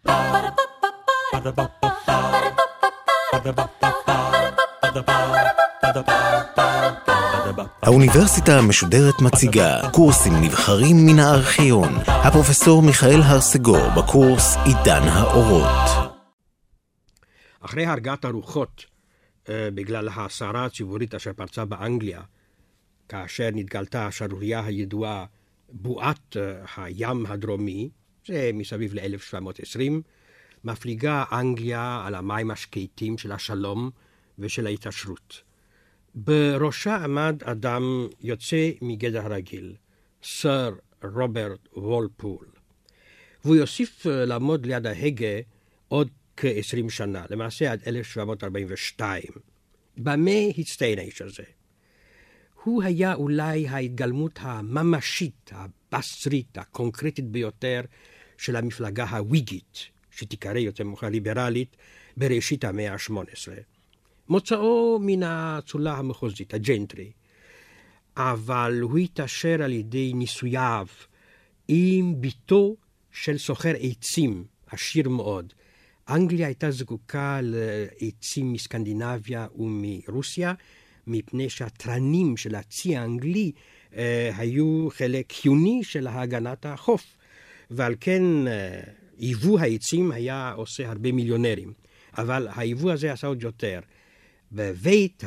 האוניברסיטה המשודרת מציגה קורסים נבחרים מן הארכיון. הפרופסור מיכאל הרסגור בקורס עידן האורות. אחרי הרגעת הרוחות בגלל הסערה הציבורית אשר פרצה באנגליה, כאשר נתגלתה השערוריה הידועה בועת הים הדרומי, זה מסביב ל-1720, מפליגה אנגליה על המים השקטים של השלום ושל ההתעשרות. בראשה עמד אדם יוצא מגדר הרגיל, סר רוברט וולפול. והוא יוסיף לעמוד ליד ההגה עוד כ-20 שנה, למעשה עד 1742. במה הצטיין האיש הזה? הוא היה אולי ההתגלמות הממשית, הבשרית, הקונקרטית ביותר של המפלגה הוויגית, שתיקרא יותר מאוחר ליברלית, בראשית המאה ה-18. מוצאו מן האצולה המחוזית, הג'נטרי, אבל הוא התעשר על ידי ניסוייו עם ביתו של סוחר עצים, עשיר מאוד. אנגליה הייתה זקוקה לעצים מסקנדינביה ומרוסיה, מפני שהתרנים של הצי האנגלי היו חלק חיוני של הגנת החוף, ועל כן ייבוא העצים היה עושה הרבה מיליונרים. אבל הייבוא הזה עשה עוד יותר. בבית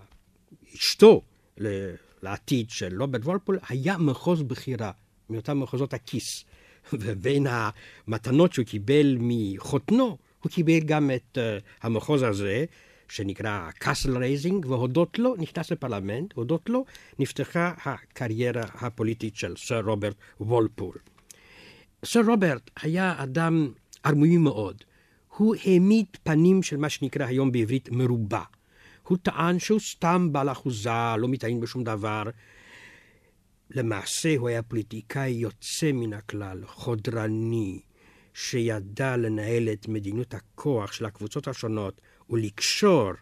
אשתו לעתיד של רוברט וולפול היה מחוז בחירה, מאותם מחוזות הכיס. ובין המתנות שהוא קיבל מחותנו, הוא קיבל גם את המחוז הזה, שנקרא קאסל רייזינג, והודות לו נכנס לפרלמנט, הודות לו נפתחה הקריירה הפוליטית של סר רוברט וולפול. סר רוברט היה אדם ערמומי מאוד. הוא העמיד פנים של מה שנקרא היום בעברית מרובע. הוא טען שהוא סתם בעל אחוזה, לא מתעניין בשום דבר. למעשה הוא היה פוליטיקאי יוצא מן הכלל, חודרני, שידע לנהל את מדיניות הכוח של הקבוצות השונות ולקשור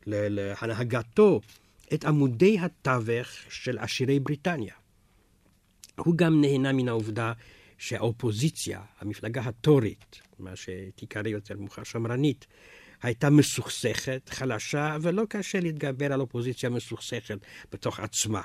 להנהגתו את עמודי התווך של עשירי בריטניה. הוא גם נהנה מן העובדה שהאופוזיציה, המפלגה הטורית, מה שתיקרא יותר מאוחר שמרנית, הייתה מסוכסכת, חלשה, ולא קשה להתגבר על אופוזיציה מסוכסכת בתוך עצמה.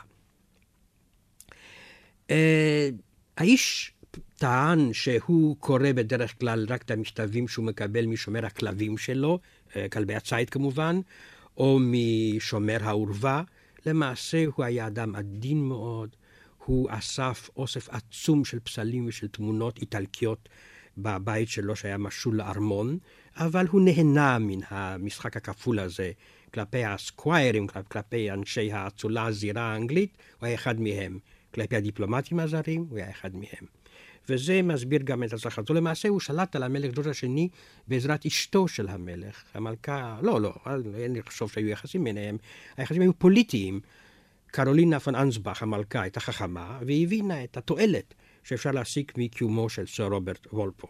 האיש טען שהוא קורא בדרך כלל רק את המכתבים שהוא מקבל משומר הכלבים שלו, כלבי הציד כמובן, או משומר העורבה. למעשה הוא היה אדם עדין מאוד, הוא אסף אוסף עצום של פסלים ושל תמונות איטלקיות בבית שלו שהיה משול לארמון, אבל הוא נהנה מן המשחק הכפול הזה כלפי הסקוויירים, כלפי אנשי האצולה הזירה האנגלית, הוא היה אחד מהם. כלפי הדיפלומטים הזרים, הוא היה אחד מהם. וזה מסביר גם את הצלחתו. למעשה הוא שלט על המלך ג'ורג' השני בעזרת אשתו של המלך. המלכה, אין לי לחשוב שהיו יחסים ביניהם. היחסים היו פוליטיים. קרולינה פון אנסבך, המלכה, הייתה חכמה, והיא הבינה את התועלת שאפשר להסיק מקיומו של סר רוברט וולפול.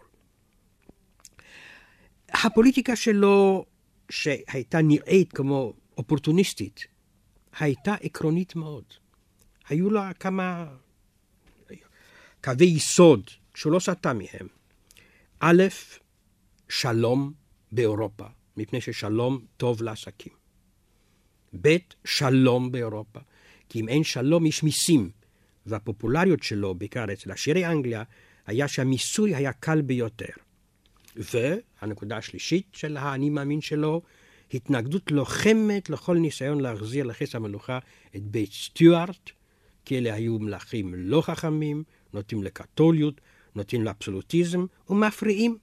הפוליטיקה שלו, שהייתה נראית כמו אופורטוניסטית, הייתה עקרונית מאוד. היו לה כמה קווי יסוד שהוא לא סטה מהם. א', שלום באירופה, מפני ששלום טוב לעסקים. ב', שלום באירופה, כי אם אין שלום יש מיסים, והפופולריות שלו, בעיקר אצל עשירי אנגליה, היה שהמיסוי היה קל ביותר. והנקודה השלישית של האני מאמין שלו, התנגדות לוחמת לכל ניסיון להחזיר לכס המלוכה את בית סטיוארט, כי אלה היו מלכים לא חכמים, נוטים לקתוליות, נוטים לאבסולוטיזם, ומפריעים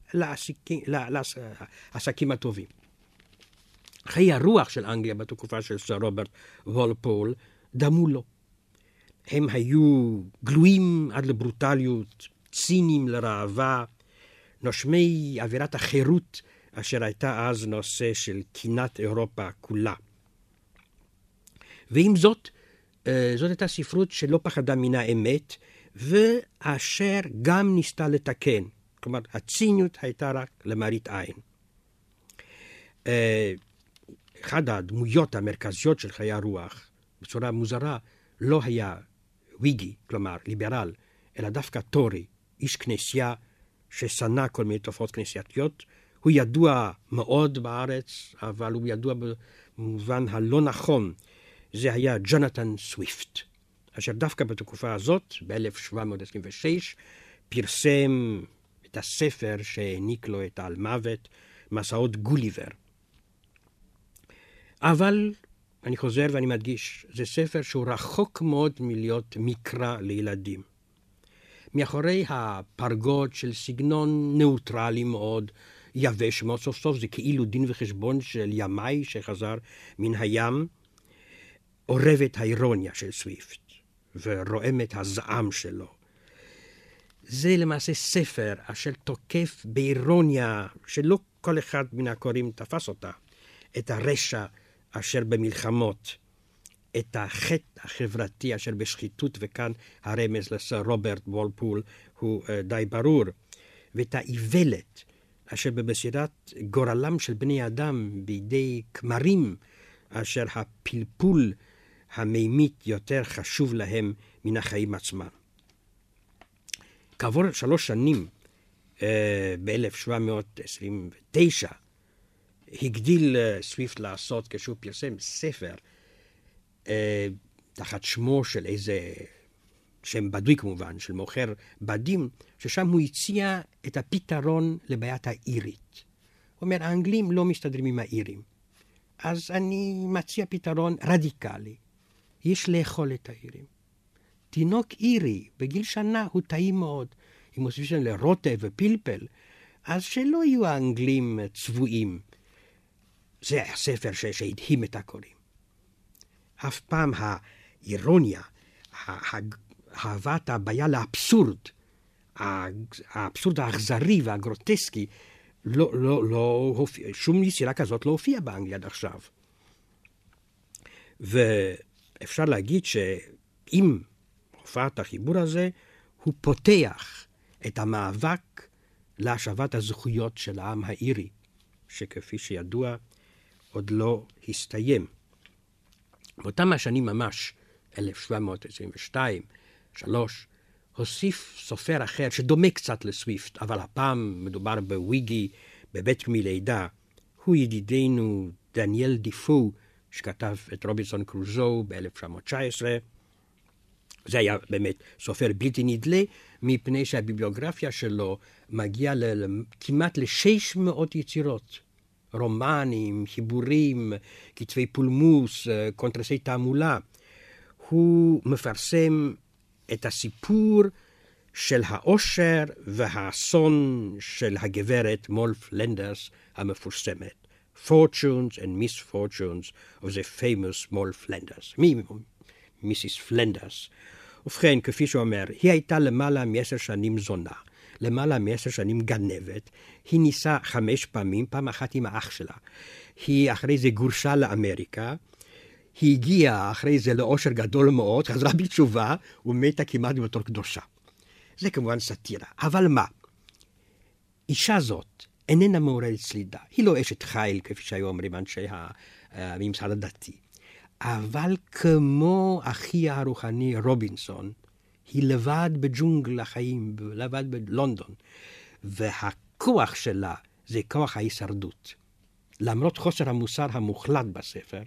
לעסקים הטובים. חיי הרוח של אנגליה בתקופה של סר רוברט וולפול דמו לו. הם היו גלויים עד לברוטליות, ציניים לרעבה, נושמי אווירת החירות אשר הייתה אז נושא של קינת אירופה כולה. ועם זאת, זאת הייתה ספרות שלא פחדה מן האמת, ואשר גם ניסתה לתקן. כלומר, הציניות הייתה רק למראית עין. אחד הדמויות המרכזיות של חיי הרוח, בצורה מוזרה, לא היה ויגי, כלומר ליברל, אלא דווקא טורי, איש כנסייה ששנא כל מיני תופעות כנסייתיות. הוא ידוע מאוד בארץ, אבל הוא ידוע במובן הלא נכון. זה היה ג'ונתן סוויפט, אשר דווקא בתקופה הזאת, ב-1726, פרסם את הספר שהעניק לו את על מוות, מסעות גוליבר. אבל, אני חוזר ואני מדגיש, זה ספר שהוא רחוק מאוד מלהיות מקרא לילדים. מאחורי הפרגות של סגנון נאוטרלי מאוד, יבש מאוד, סוף סוף זה כאילו דין וחשבון של ימאי שחזר מן הים, עורבת האירוניה של סוויפט ורועמת הזעם שלו. זה למעשה ספר אשר תוקף באירוניה שלא כל אחד מן הקוראים תפס אותה, את הרשע אשר במלחמות, את החטא החברתי אשר בשחיתות, וכאן הרמז לסר רוברט וולפול הוא די ברור, ואת האיוולת אשר במסירת גורלם של בני אדם בידי כמרים, אשר הפלפול המימית יותר חשוב להם מן החיים עצמם. כעבור 3 שנים, ב-1729, הגדיל סוויפט לעשות כשהוא פרסם ספר תחת שמו של איזה שם בדוי כמובן, של מוכר בדים, ששם הוא הציע את הפתרון לבעיית האירית. הוא אומר, האנגלים לא מסתדרים עם האירים, אז אני מציע פתרון רדיקלי. יש לאכול את האירים. תינוק אירי בגיל שנה הוא טעים מאוד. אם מוסיף שם לרוטב ופלפל, אז שלא יהיו האנגלים צבועים. זה הספר שהדהים את הקוראים. אף פעם האירוניה, אהבת הבעיה לאבסורד, האבסורד האכזרי והגרוטסקי, שום יצירה כזאת לא הופיעה באנגליה עד עכשיו. ואפשר להגיד שעם הופעת החיבור הזה, הוא פותח את המאבק להשבת הזכויות של העם האירי, שכפי שידוע עוד לא הסתיים. באותם השנים ממש, 1722, 3, הוסיף סופר אחר שדומה קצת לסוויפט, אבל הפעם מדובר בוויגי, בבית מלידה. הוא ידידנו דניאל דיפו, שכתב את רובינסון קרוזו ב-1919. זה היה באמת סופר בלתי נדלה, מפני שהביבליוגרפיה שלו מגיעה כמעט ל-600 יצירות. רומנים, חיבורים, כתבי פולמוס, קונטרסי תעמולה. הוא מפרסם את הסיפור של האושר והאסון של הגברת מול פלנדרס המפורסמת. Fortunes and Misfortunes of the famous מול פלנדרס. מיסיס פלנדרס. ובכן, כפי שהוא אומר, היא הייתה למעלה מ10 שנים זונה, למעלה מ10 שנים גנבת, היא ניסה 5 פעמים, פעם אחת עם האח שלה. היא אחרי זה גורשה לאמריקה, היא הגיעה אחרי זה לאושר גדול מאוד, חזרה בתשובה ומתה כמעט בתור קדושה. זה כמובן סאטירה. אבל מה? אישה זאת איננה מעוררת סלידה. היא לא אשת חיל, כפי שהיו אומרים אנשי הממסד הדתי. אבל כמו אחיה הרוחני רובינסון, היא לבד בג'ונגל החיים, לבד בלונדון. והכוח שלה זה כוח ההישרדות. למרות חוסר המוסר המוחלט בספר,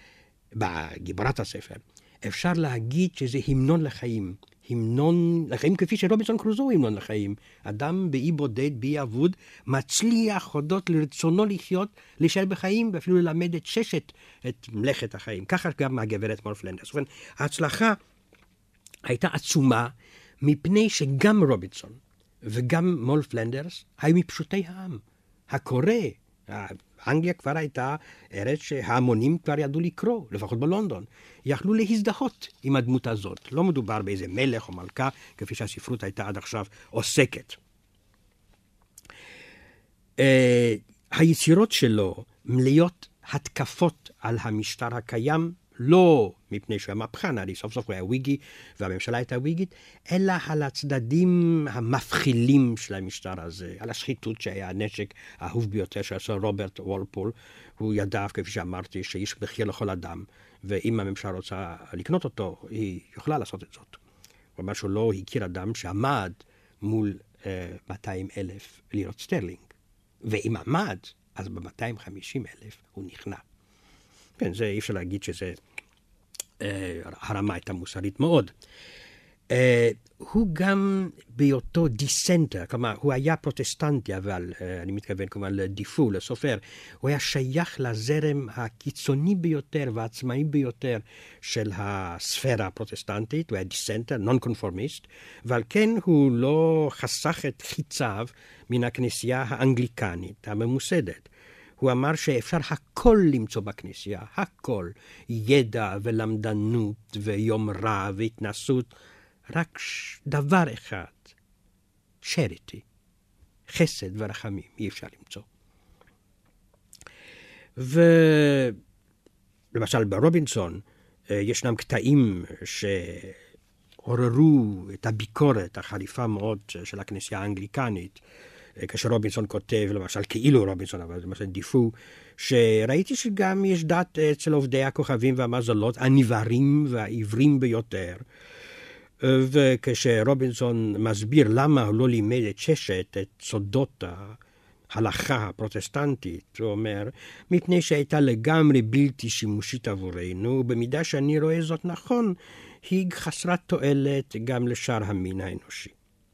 בגיבורת הספר, אפשר להגיד שזה המנון לחיים. המנון לחיים כפי שרובינסון קרוזו הוא המנון לחיים. אדם באי בודד, באי אבוד, מצליח הודות לרצונו לחיות, להישאר בחיים, ואפילו ללמד את ששת, את מלאכת החיים. ככה גם הגברת מול פלנדרס. ההצלחה הייתה עצומה, מפני שגם רובינסון וגם מול פלנדרס היו מפשוטי העם. הקורא, אנגליה כבר הייתה ארץ שההמונים כבר ידעו לקרוא, לפחות בלונדון. יכלו להזדהות עם הדמות הזאת. לא מדובר באיזה מלך או מלכה, כפי שהספרות הייתה עד עכשיו עוסקת. היצירות שלו מלאות התקפות על המשטר הקיים, לא מפני שהוא המהפכן, הרי סוף סוף הוא היה וויגי והממשלה הייתה וויגית, אלא על הצדדים המפחילים של המשטר הזה, על השחיתות שהיה הנשק האהוב ביותר שעשה רוברט וולפול. הוא ידע, כפי שאמרתי, שיש מחיר לכל אדם, ואם הממשלה רוצה לקנות אותו, היא יכולה לעשות את זאת. הוא אמר שהוא לא הכיר אדם שעמד מול 200,000 לירות סטרלינג. ואם עמד, אז ב-250,000 הוא נכנע. כן, זה אי אפשר להגיד שזה הרמה הייתה מוסרית מאוד. הוא גם בהיותו דיסנטר, כלומר, הוא היה פרוטסטנטי, אבל אני מתכוון כלומר לדיפו, לסופר, הוא היה שייך לזרם הקיצוני ביותר והעצמאי ביותר של הספירה הפרוטסטנטית, הוא היה דיסנטר, נון קונפורמיסט, ועל כן הוא לא חסך את חיציו מן הכנסייה האנגליקנית הממוסדת. הוא אמר שאפשר הכל למצוא בכנסייה, הכל, ידע ולמדנות ויומרה והתנסות, רק דבר אחד, שריטי, חסד ורחמים, אי אפשר למצוא. ולמשל ברובינסון ישנם קטעים שעוררו את הביקורת החריפה מאוד של הכנסייה האנגליקנית, כאשר רובינסון כותב, למשל כאילו רובינסון, אבל למשל דיפו, שראיתי שגם יש דת אצל עובדי הכוכבים והמזלות, הנבערים והעיוורים ביותר, וכשרובינסון מסביר למה הוא לא לימד את ששת, את סודות ההלכה הפרוטסטנטית, הוא אומר, מפני שהייתה לגמרי בלתי שימושית עבורנו, במידה שאני רואה זאת נכון, היא חסרת תועלת גם לשאר המין האנושי.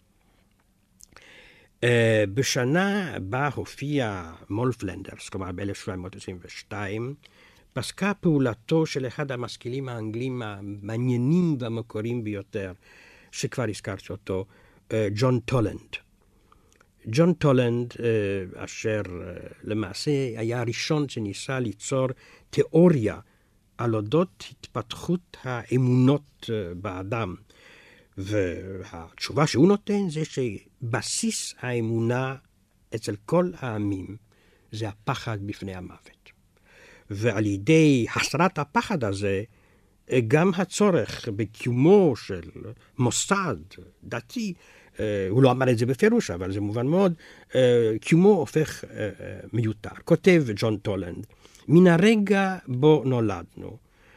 בשנה בה הופיע מולפלנדרס, כלומר ב-1722, פסקה פעולתו של אחד המשכילים האנגלים המעניינים והמקוריים ביותר, שכבר הזכרתי אותו, ג'ון טולנד. ג'ון טולנד, אשר למעשה היה הראשון שניסה ליצור תיאוריה על אודות התפתחות האמונות באדם. והתשובה שהוא נותן זה שבסיס האמונה אצל כל העמים זה הפחד בפני המוות. ועל ידי הסרת הפחד הזה, גם הצורך בקיומו של מוסד דתי, הוא לא אמר את זה בפירוש, אבל זה מובן מאוד, קיומו הופך מיותר. כותב ג'ון טולנד, מן הרגע בו נולדנו,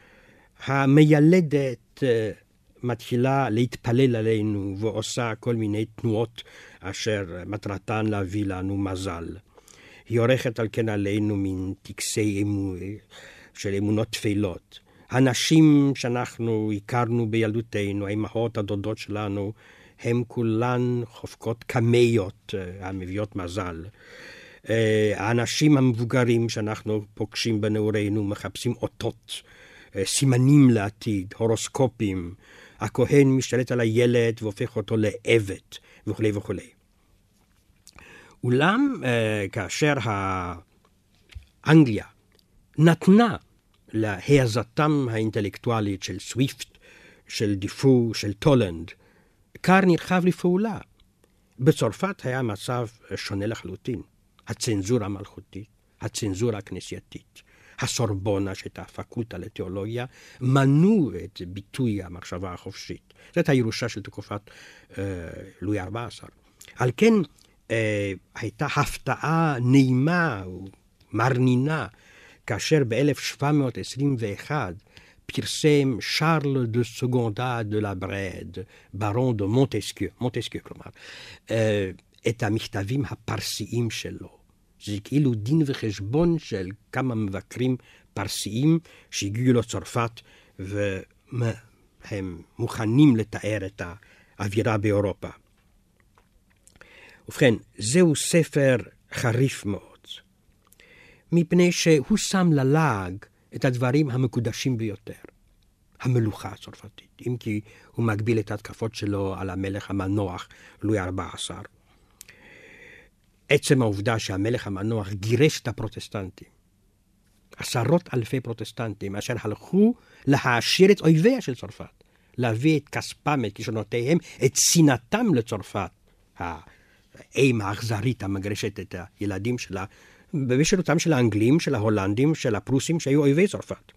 המיילדת מתחילה להתפלל עלינו ועושה כל מיני תנועות אשר מטרתן להביא לנו מזל. היא עורכת על כן עלינו מן טקסי של אמונות תפילות. הנשים שאנחנו הכרנו בילדותנו, האמהות הדודות שלנו, הם כולן חופקות קמיות המביאות מזל. האנשים המבוגרים שאנחנו פוגשים בנעורינו מחפשים אותות, סימנים לעתיד, הורוסקופים. הכהן משתלט על הילד והופך אותו לעבד וכו' וכו'. אולם כאשר האנגליה נתנה להעזתם האינטלקטואלית של סוויפט, של דיפו, של טולנד, כר נרחב לפעולה. בצרפת היה מצב שונה לחלוטין. הצנזורה המלכותית, הצנזורה הכנסייתית, הסורבונה, שהייתה הפקולטה לתיאולוגיה, מנעו את ביטוי המחשבה החופשית. זאת הירושה של תקופת לואי ה-14. על כן הייתה הפתעה נעימה ומרנינה, כאשר ב-1721 פרסם שרל דה סגונדה דה לברד, ברון דה מונטסקיו, כלומר, את המכתבים הפרסיים שלו. זה כאילו דין וחשבון של כמה מבקרים פרסיים שהגיעו לצרפת, והם מוכנים לתאר את האווירה באירופה. ובכן, זהו ספר חריף מאוד, מפני שהוא שם ללעג את הדברים המקודשים ביותר. המלוכה הצרפתית, אם כי הוא מגביל את התקפות שלו על המלך המנוח, לואי ה-14. עצם העובדה שהמלך המנוח גירש את הפרוטסטנטים, עשרות אלפי פרוטסטנטים, אשר הלכו להעשיר את אויביה של צרפת, להביא את כספם, את כישרונותיהם, את שנאתם לצרפת, האם האכזרית המגרשת את הילדים שלה, בשירותם של האנגלים, של ההולנדים, של הפרוסים, שהיו אויבי צרפת.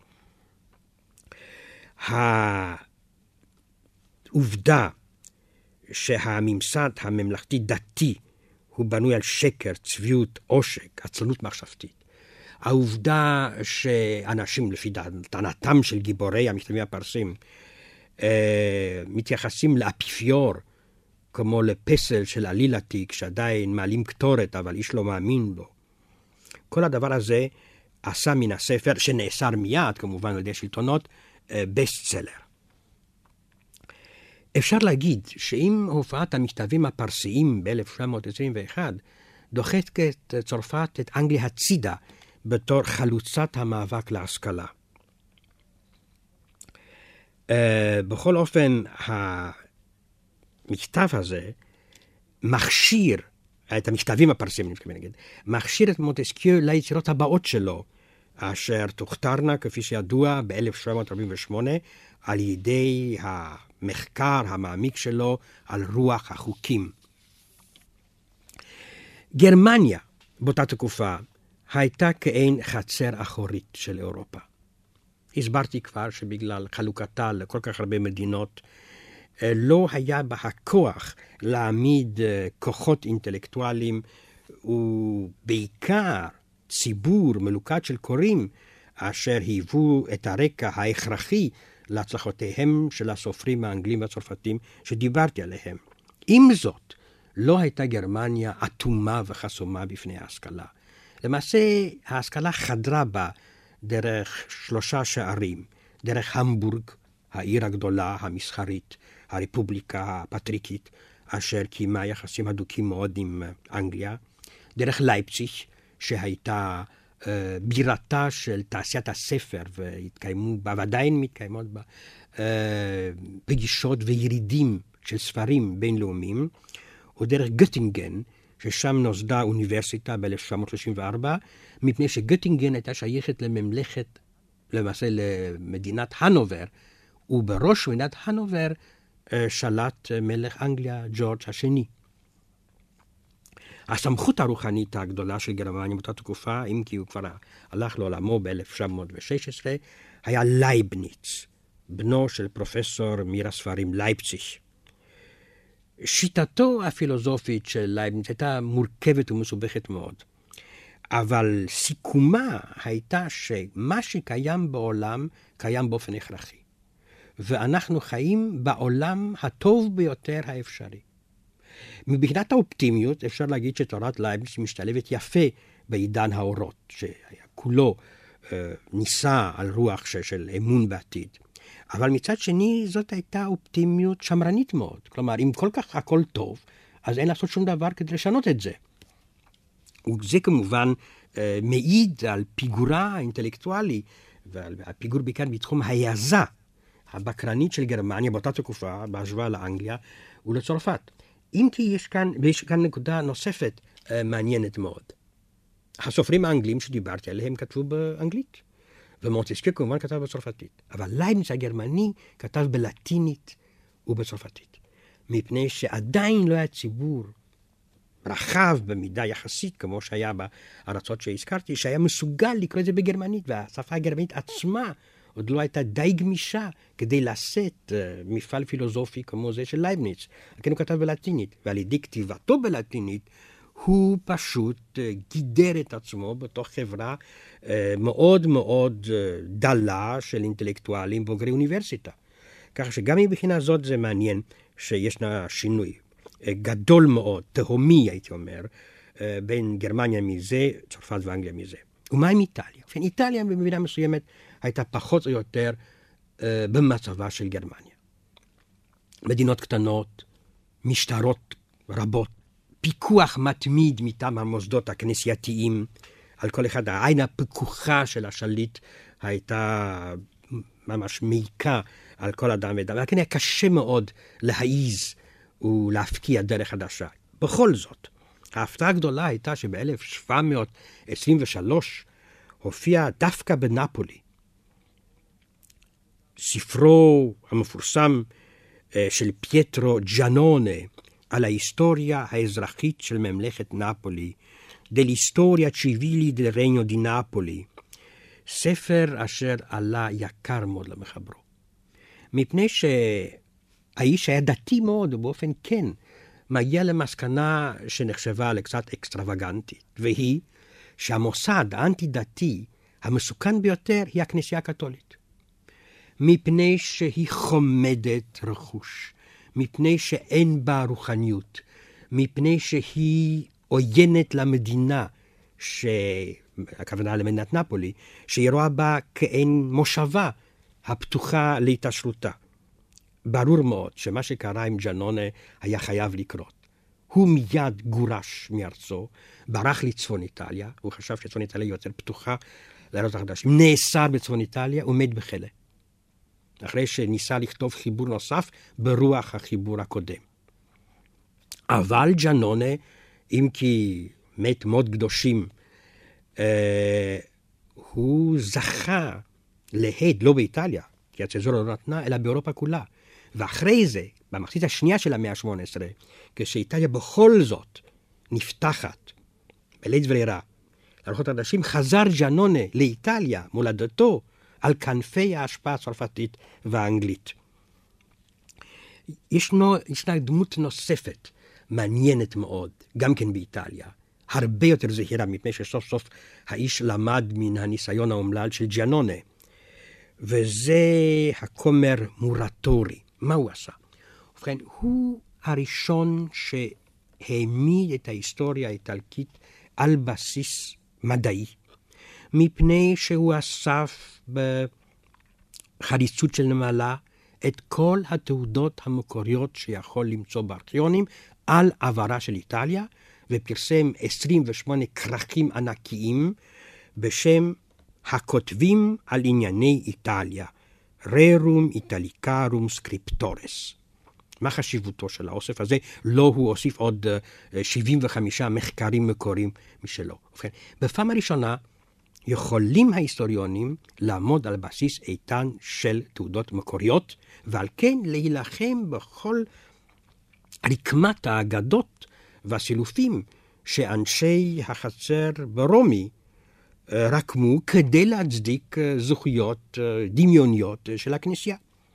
העובדה שהממסד הממלכתי דתי הוא בנוי על שקר, צביעות, עושק, עצלות מחשבתית. העובדה שאנשים, לפי טענתם של גיבורי המכתבים הפרסים, מתייחסים לאפיפיור כמו לפסל של עליל עתיק, שעדיין מעלים קטורת, אבל איש לא מאמין בו. כל הדבר הזה עשה מן הספר, שנאסר מיד, כמובן על ידי שלטונות, בסטסלר. אפשר להגיד שאם הופעת המכתבים הפרסיים ב-1721 דוחקת את צרפת, את אנגליה הצידה, בתור חלוצת המאבק להשכלה. בכל אופן, המכתב הזה מכשיר, את המכתבים הפרסיים, אני מתכוון להגיד, מכשיר את מונטסקיו ליצירות הבאות שלו, אשר תוכתרנה, כפי שידוע, ב-1748, על ידי המחקר המעמיק שלו על רוח החוקים. גרמניה, באותה תקופה, הייתה כאין חצר אחורית של אירופה. הסברתי כבר שבגלל חלוקתה לכל כך הרבה מדינות, לא היה בה הכוח להעמיד כוחות אינטלקטואליים, ובעיקר ציבור מלוכד של קוראים, אשר היוו את הרקע ההכרחי להצלחותיהם של הסופרים האנגלים והצרפתים שדיברתי עליהם. עם זאת, לא הייתה גרמניה אטומה וחסומה בפני ההשכלה. למעשה, ההשכלה חדרה בה דרך 3 שערים, דרך המבורג, העיר הגדולה, המסחרית, הרפובליקה הפטריקית, אשר קיימה יחסים הדוקים מאוד עם אנגליה, דרך לייפציג, שהייתה בירתה של תעשיית הספר, והתקיימו בה, ועדיין מתקיימות בה, פגישות וירידים של ספרים בינלאומיים, ודרך גוטינגן, ששם נוסדה אוניברסיטה ב-1734, מפני שגוטינגן הייתה שייכת לממלכת, למעשה למדינת הנובר, ובראש מדינת הנובר שלט מלך אנגליה ג'ורג' השני. הסמכות הרוחנית הגדולה של גרמניה באותה תקופה, אם כי הוא כבר הלך לעולמו ב-1916, היה לייבניץ, בנו של פרופסור מיר הספרים לייפציג. שיטתו הפילוסופית של לייבניץ הייתה מורכבת ומסובכת מאוד, אבל סיכומה הייתה שמה שקיים בעולם קיים באופן הכרחי, ואנחנו חיים בעולם הטוב ביותר האפשרי. מבחינת האופטימיות אפשר להגיד שתורת לייבניץ משתלבת יפה בעידן האורות, שהיה כולו ניסה על רוח של אמון בעתיד. אבל מצד שני זאת הייתה אופטימיות שמרנית מאוד. כלומר, אם כל כך הכל טוב, אז אין לעשות שום דבר כדי לשנות את זה. וזה כמובן מעיד על פיגורה האינטלקטואלי, ועל הפיגור בעיקר בתחום ההעזה הבקרנית של גרמניה באותה תקופה, בהשוואה לאנגליה ולצרפת. אם כי יש כאן נקודה נוספת מעניינת מאוד. הסופרים האנגלים שדיברתי עליהם כתבו באנגלית, ומונטסקיו כמובן כתב בצרפתית. אבל לייבניץ הגרמני כתב בלטינית ובצרפתית, מפני שעדיין לא היה ציבור רחב במידה יחסית, כמו שהיה בארצות שהזכרתי, שהיה מסוגל לקרוא את זה בגרמנית, והשפה הגרמנית עצמה עוד לא הייתה די גמישה כדי לשאת מפעל פילוסופי כמו זה של לייבניץ. כן, הוא כתב בלטינית, ועל ידי כתיבתו בלטינית, הוא פשוט גידר את עצמו בתוך חברה מאוד מאוד דלה של אינטלקטואלים בוגרי אוניברסיטה. כך שגם מבחינה זאת זה מעניין שישנה שינוי גדול מאוד, תהומי הייתי אומר, בין גרמניה מזה, צרפת ואנגליה מזה. ומה עם איטליה? איטליה במידה מסוימת הייתה פחות או יותר במצבה של גרמניה. מדינות קטנות, משטרות רבות, פיקוח מתמיד מטעם המוסדות הכנסייתיים, על כל אחד העין הפקוחה של השליט הייתה ממש מעיקה על כל אדם ואדם, וכן היה קשה מאוד להעיז ולהפקיע דרך חדשה. בכל זאת, ההפתעה הגדולה הייתה שב-1723 הופיע דווקא בנפולי ספרו המפורסם של פייטרו ג'אנונה על ההיסטוריה האזרחית של ממלכת נפולי, דל'היסטוריה ציווילי del Regno di Napoli, ספר אשר עלה יקר מאוד למחברו. מפני שהאיש היה דתי מאוד, ובאופן כן, מגיע למסקנה שנחשבה לקצת אקסטרווגנטית, והיא שהמוסד האנטי-דתי המסוכן ביותר היא הכנסייה הקתולית. מפני שהיא חומדת רכוש, מפני שאין בה רוחניות, מפני שהיא עוינת למדינה, הכוונה למדינת נפולי, שהיא רואה בה כאין מושבה הפתוחה להתעשרותה. ברור מאוד שמה שקרה עם ג'אנונה היה חייב לקרות. הוא מיד גורש מארצו, ברח לצפון איטליה, הוא חשב שצפון איטליה יותר פתוחה לעלות החדשים, נאסר בצפון איטליה ומת בכלא. אחרי שניסה לכתוב חיבור נוסף ברוח החיבור הקודם. אבל ג'אנונה, אם כי מת מות קדושים, הוא זכה להד, לא באיטליה, כי הצנזורה לא נתנה, אלא באירופה כולה. ואחרי זה, במחצית השנייה של המאה ה-18, כשאיטליה בכל זאת נפתחת, בלית ברירה, לעלות החדשים, חזר ג'אנונה לאיטליה, מולדתו, על כנפי ההשפעה הצרפתית והאנגלית. ישנה דמות נוספת, מעניינת מאוד, גם כן באיטליה, הרבה יותר זהירה, מפני שסוף סוף האיש למד מן הניסיון האומלל של ג'אנונה, וזה הכומר מורטורי. מה הוא עשה? ובכן, הוא הראשון שהעמיד את ההיסטוריה האיטלקית על בסיס מדעי, מפני שהוא אסף בחריצות של נמלה את כל התעודות המקוריות שיכול למצוא בארכיונים על עברה של איטליה, ופרסם 28 כרכים ענקיים בשם הכותבים על ענייני איטליה, ררום איטליקרום סקריפטורס. מה חשיבותו של האוסף הזה? לא הוא הוסיף עוד 75 מחקרים מקוריים משלו. ובכן, בפעם הראשונה יכולים ההיסטוריונים לעמוד על בסיס איתן של תעודות מקוריות, ועל כן להילחם בכל רקמת האגדות והסילופים שאנשי החצר ברומי רקמו כדי להצדיק זכויות דמיוניות של הכנסייה.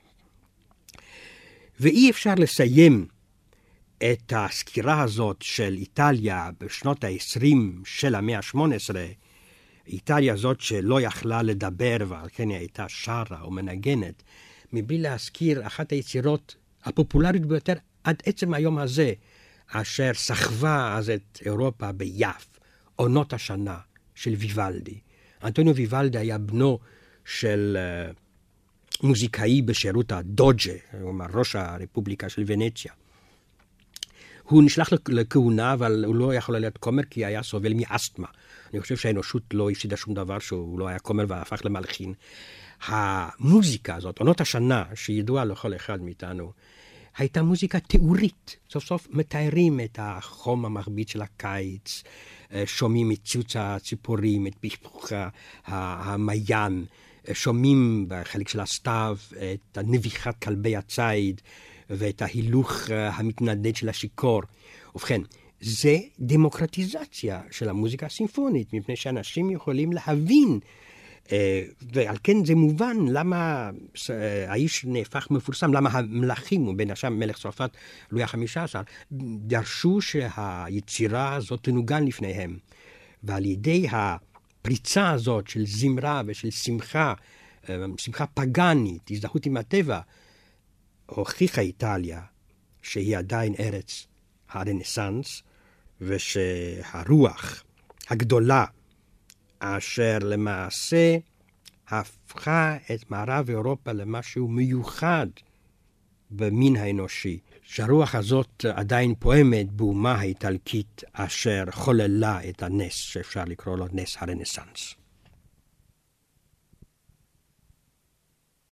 ואי אפשר לסיים את הסקירה הזאת של איטליה בשנות ה-20 של המאה ה-18, איטליה הזאת שלא יכלה לדבר ועל כן היא הייתה שרה או מנגנת, מבלי להזכיר אחת היצירות הפופולרית ביותר עד עצם היום הזה, אשר סחבה אז את אירופה ביף, עונות השנה של ויוולדי. אנטוניו ויוולדי היה בנו של מוזיקאי בשירות הדוג'ה, כלומר ראש הרפובליקה של ונציה. הוא נשלח לכהונה, אבל הוא לא יכול להיות כומר כי היה סובל מאסתמה. אני חושב שהאנושות לא הפסידה שום דבר שהוא לא היה כומר והפך למלחין. המוזיקה הזאת, עונות השנה, שידועה לכל אחד מאיתנו, הייתה מוזיקה תיאורית. סוף סוף מתארים את החום המחביט של הקיץ, שומעים את ציוץ הציפורים, את פכפוך המעיין, שומעים בחלק של הסתיו את נביחת כלבי הציד ואת ההילוך המתנדנד של השיכור. ובכן, זה דמוקרטיזציה של המוזיקה הסימפונית, מפני שאנשים יכולים להבין, ועל כן זה מובן למה האיש נהפך מפורסם, למה המלכים, ובין השאר מלך צרפת לואי ה-15, דרשו שהיצירה הזאת תנוגן לפניהם. ועל ידי הפריצה הזאת של זמרה ושל שמחה, שמחה פגנית, הזדהות עם הטבע, הוכיחה איטליה שהיא עדיין ארץ הרנסנס, ושהרוח הגדולה אשר למעשה הפכה את מערב אירופה למשהו מיוחד במין האנושי, שהרוח הזאת עדיין פועמת באומה האיטלקית אשר חוללה את הנס שאפשר לקרוא לו נס הרנסנס.